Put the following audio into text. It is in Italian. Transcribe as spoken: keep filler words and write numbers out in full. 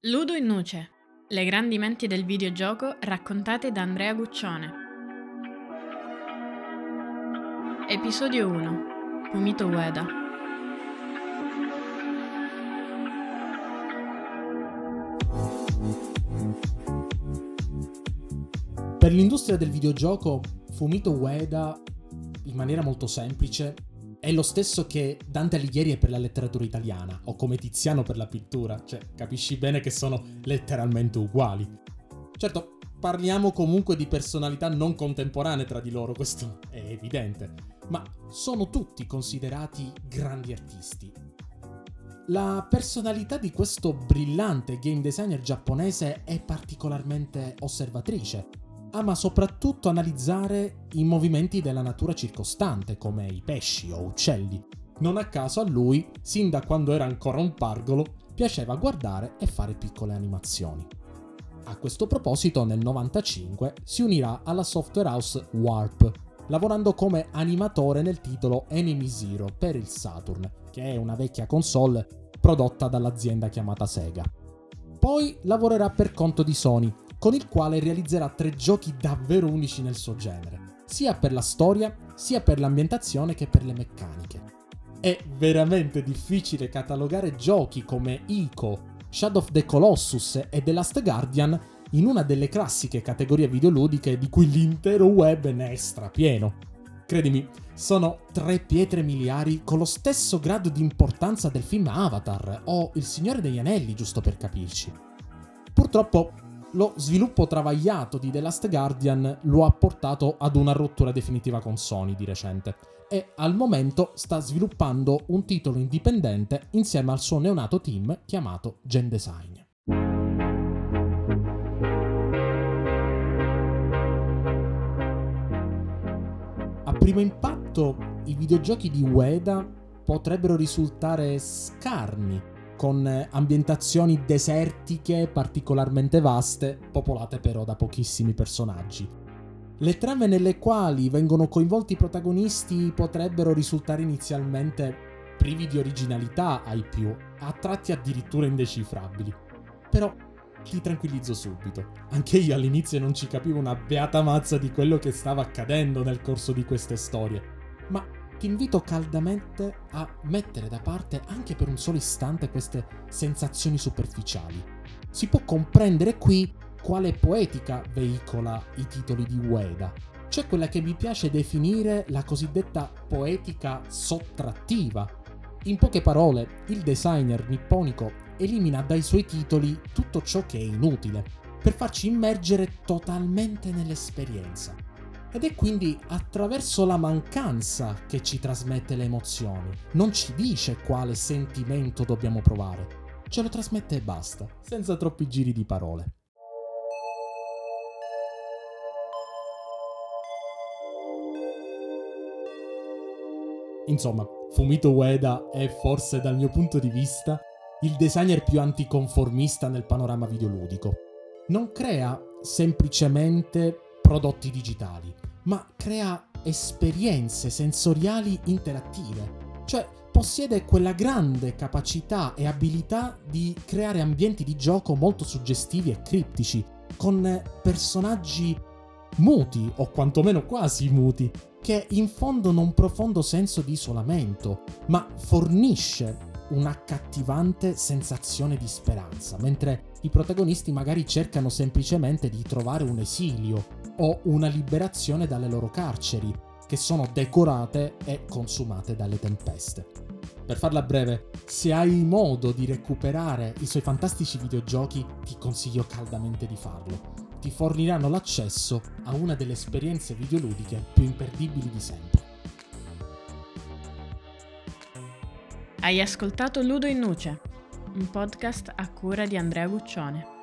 Ludo in Nuce, le grandi menti del videogioco raccontate da Andrea Guccione. Episodio uno. Fumito Ueda. Per l'industria del videogioco, Fumito Ueda, in maniera molto semplice, è lo stesso che Dante Alighieri è per la letteratura italiana, o come Tiziano per la pittura, cioè capisci bene che sono letteralmente uguali. Certo, parliamo comunque di personalità non contemporanee tra di loro, questo è evidente, ma sono tutti considerati grandi artisti. La personalità di questo brillante game designer giapponese è particolarmente osservatrice. Ama soprattutto analizzare i movimenti della natura circostante, come i pesci o uccelli. Non a caso a lui, sin da quando era ancora un pargolo, piaceva guardare e fare piccole animazioni. A questo proposito, nel novantacinque si unirà alla software house Warp, lavorando come animatore nel titolo Enemy Zero per il Saturn, che è una vecchia console prodotta dall'azienda chiamata Sega. Poi lavorerà per conto di Sony, con il quale realizzerà tre giochi davvero unici nel suo genere, sia per la storia, sia per l'ambientazione che per le meccaniche. È veramente difficile catalogare giochi come Ico, Shadow of the Colossus e The Last Guardian in una delle classiche categorie videoludiche di cui l'intero web ne è strapieno. Credimi, sono tre pietre miliari con lo stesso grado di importanza del film Avatar o Il Signore degli Anelli, giusto per capirci. Purtroppo lo sviluppo travagliato di The Last Guardian lo ha portato ad una rottura definitiva con Sony di recente e al momento sta sviluppando un titolo indipendente insieme al suo neonato team chiamato Gen Design. A primo impatto, i videogiochi di Ueda potrebbero risultare scarni, con ambientazioni desertiche particolarmente vaste, popolate però da pochissimi personaggi. Le trame nelle quali vengono coinvolti i protagonisti potrebbero risultare inizialmente privi di originalità ai più, a tratti addirittura indecifrabili. Però ti tranquillizzo subito, anche io all'inizio non ci capivo una beata mazza di quello che stava accadendo nel corso di queste storie, ma ti invito caldamente a mettere da parte anche per un solo istante queste sensazioni superficiali. Si può comprendere qui quale poetica veicola i titoli di Ueda, cioè quella che mi piace definire la cosiddetta poetica sottrattiva. In poche parole, il designer nipponico elimina dai suoi titoli tutto ciò che è inutile, per farci immergere totalmente nell'esperienza. Ed è quindi attraverso la mancanza che ci trasmette le emozioni. Non ci dice quale sentimento dobbiamo provare. Ce lo trasmette e basta, senza troppi giri di parole. Insomma, Fumito Ueda è forse dal mio punto di vista il designer più anticonformista nel panorama videoludico. Non crea semplicemente prodotti digitali, ma crea esperienze sensoriali interattive. Cioè, possiede quella grande capacità e abilità di creare ambienti di gioco molto suggestivi e criptici, con personaggi muti, o quantomeno quasi muti, che infondono un profondo senso di isolamento, ma fornisce un'accattivante sensazione di speranza, mentre i protagonisti magari cercano semplicemente di trovare un esilio o una liberazione dalle loro carceri, che sono decorate e consumate dalle tempeste. Per farla breve, se hai modo di recuperare i suoi fantastici videogiochi, ti consiglio caldamente di farlo. Ti forniranno l'accesso a una delle esperienze videoludiche più imperdibili di sempre. Hai ascoltato Ludo in Nuce, un podcast a cura di Andrea Guccione.